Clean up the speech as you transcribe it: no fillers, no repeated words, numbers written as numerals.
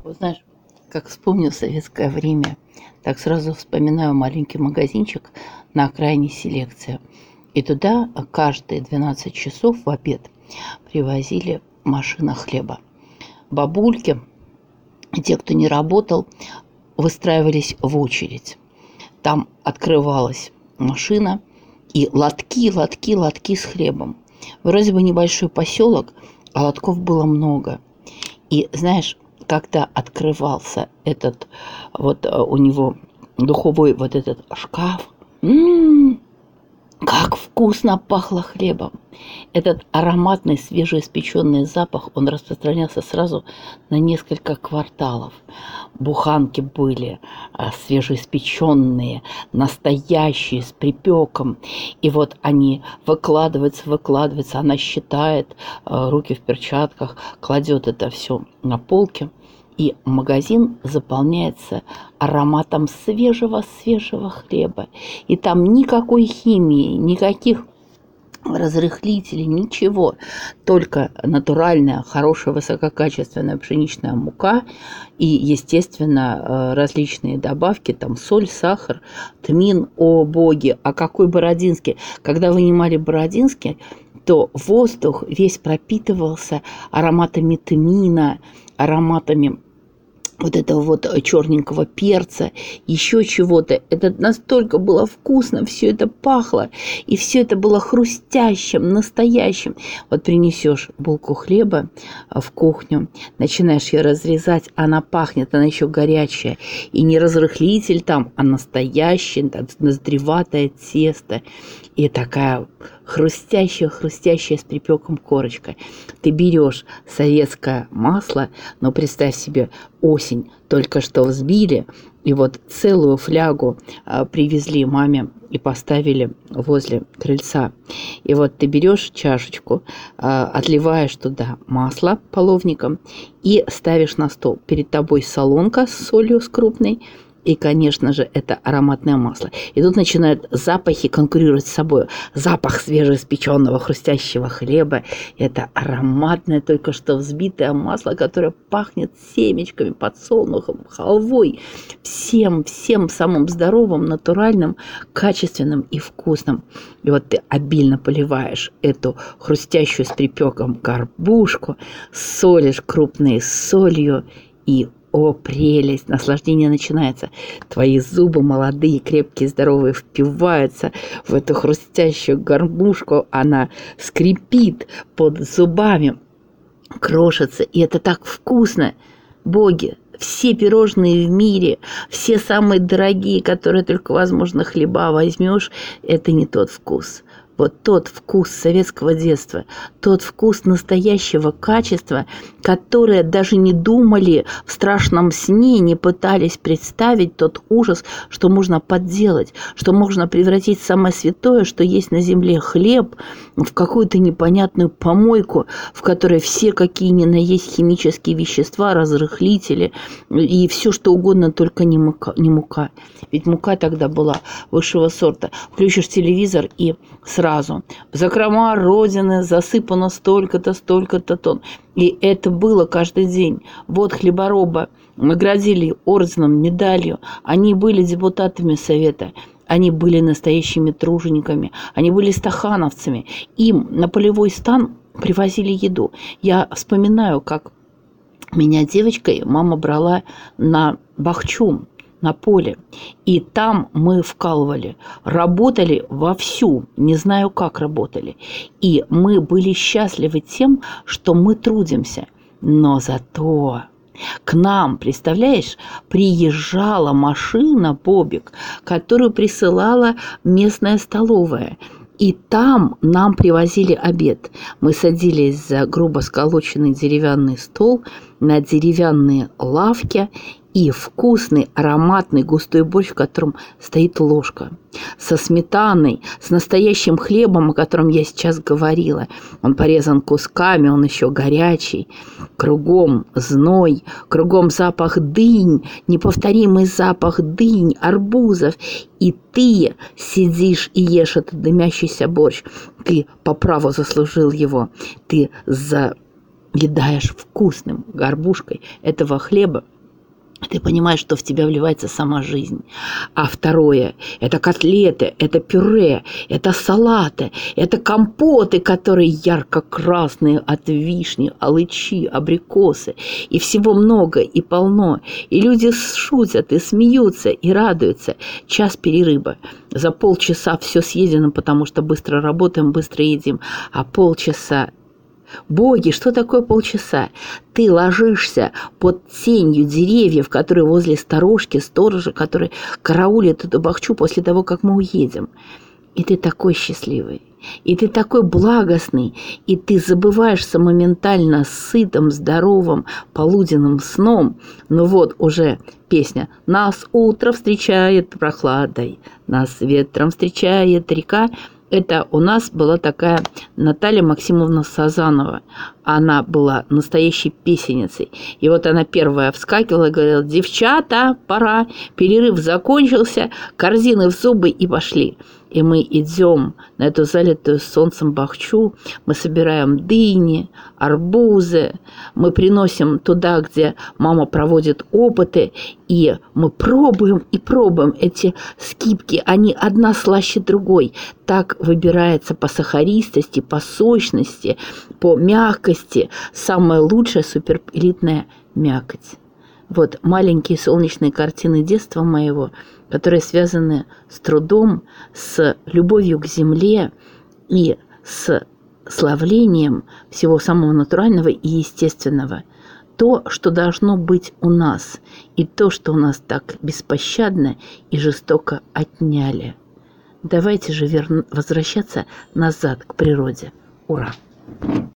Вот знаешь, как вспомню советское время, так сразу вспоминаю маленький магазинчик на окраине Селекция. И туда каждые 12 часов в обед привозили машина хлеба. Бабульки, те, кто не работал, выстраивались в очередь. Там открывалась машина и лотки, лотки, лотки с хлебом. Вроде бы небольшой поселок, а лотков было много. И знаешь, когда открывался этот у него духовой вот этот шкаф, как вкусно пахло хлебом. Этот ароматный свежеиспеченный запах, он распространялся сразу на несколько кварталов. Буханки были свежеиспеченные, настоящие, с припеком. И вот они выкладываются, она считает, руки в перчатках, кладет это все на полки. И магазин заполняется ароматом свежего хлеба. И там никакой химии, никаких разрыхлителей, ничего. Только натуральная, хорошая, высококачественная пшеничная мука и, естественно, различные добавки, там соль, сахар, тмин, о боги. А какой бородинский? Когда вынимали бородинский, то воздух весь пропитывался ароматами тмина, ароматами вот этого вот черненького перца, еще чего-то. Это настолько было вкусно, все это пахло, и все это было хрустящим, настоящим. Вот принесешь булку хлеба в кухню, начинаешь ее разрезать, она пахнет, она еще горячая. И не разрыхлитель там, а настоящее, ноздреватое тесто. И такая хрустящая с припеком корочка. Ты берешь советское масло, но представь себе, осень, только что взбили, и вот целую флягу привезли маме и поставили возле крыльца. И вот ты берешь чашечку, отливаешь туда масло половником и ставишь на стол. Перед тобой солонка с солью, с крупной, и, конечно же, это ароматное масло. И тут начинают запахи конкурировать с собой. Запах свежеиспеченного хрустящего хлеба. Это ароматное, только что взбитое масло, которое пахнет семечками, подсолнухом, халвой. Всем самым здоровым, натуральным, качественным и вкусным. И вот ты обильно поливаешь эту хрустящую с припеком горбушку, солишь крупной солью и о, прелесть! Наслаждение начинается. Твои зубы молодые, крепкие, здоровые впиваются в эту хрустящую горбушку. Она скрипит под зубами, крошится. И это так вкусно. Боги, все пирожные в мире, все самые дорогие, которые только возможно хлеба возьмешь, это не тот вкус. Вот тот вкус советского детства, тот вкус настоящего качества, которое даже не думали в страшном сне, не пытались представить тот ужас, что можно подделать, что можно превратить самое святое, что есть на земле, хлеб, в какую-то непонятную помойку, в которой все какие ни на есть химические вещества, разрыхлители и все что угодно, только не мука. Ведь мука тогда была высшего сорта. Включишь телевизор и сразу в закрома Родины засыпано столько-то тонн. И это было каждый день. Вот хлебороба наградили орденом, медалью. Они были депутатами Совета. Они были настоящими тружениками. Они были стахановцами. Им на полевой стан привозили еду. Я вспоминаю, как меня девочкой мама брала на бахчу, на поле. И там мы вкалывали, работали вовсю, не знаю, как работали. И мы были счастливы тем, что мы трудимся. Но зато к нам, представляешь, приезжала машина, Бобик, которую присылала местная столовая. И там нам привозили обед. Мы садились за грубо сколоченный деревянный стол на деревянные лавки, и вкусный, ароматный, густой борщ, в котором стоит ложка. Со сметаной, с настоящим хлебом, о котором я сейчас говорила. Он порезан кусками, он еще горячий. Кругом зной, кругом запах дынь, неповторимый запах дынь, арбузов. И ты сидишь и ешь этот дымящийся борщ. Ты по праву заслужил его. Ты въедаешь вкусным горбушкой этого хлеба, ты понимаешь, что в тебя вливается сама жизнь. А второе – это котлеты, это пюре, это салаты, это компоты, которые ярко-красные от вишни, алычи, абрикосы. И всего много, и полно. И люди шутят, и смеются, и радуются. Час перерыва. За полчаса все съедено, потому что быстро работаем, быстро едим. А полчаса. Боги, что такое полчаса? Ты ложишься под тенью деревьев, которые возле сторожа, который караулит эту бахчу после того, как мы уедем. И ты такой счастливый, и ты такой благостный, и ты забываешься моментально сытым, здоровым, полуденным сном. Ну вот уже песня «Нас утро встречает прохладой, нас ветром встречает река». Это у нас была такая Наталья Максимовна Сазанова. Она была настоящей песенницей. И вот она первая вскакивала и говорила: «Девчата, пора, перерыв закончился, корзины в зубы и пошли». И мы идем на эту залитую солнцем бахчу, мы собираем дыни, арбузы, мы приносим туда, где мама проводит опыты, и мы пробуем и пробуем эти скибки, они одна слаще другой. Так выбирается по сахаристости, по сочности, по мягкости самая лучшая суперэлитная мякоть. Вот маленькие солнечные картины детства моего, которые связаны с трудом, с любовью к земле и с славлением всего самого натурального и естественного. То, что должно быть у нас, и то, что у нас так беспощадно и жестоко отняли. Давайте же возвращаться назад к природе. Ура!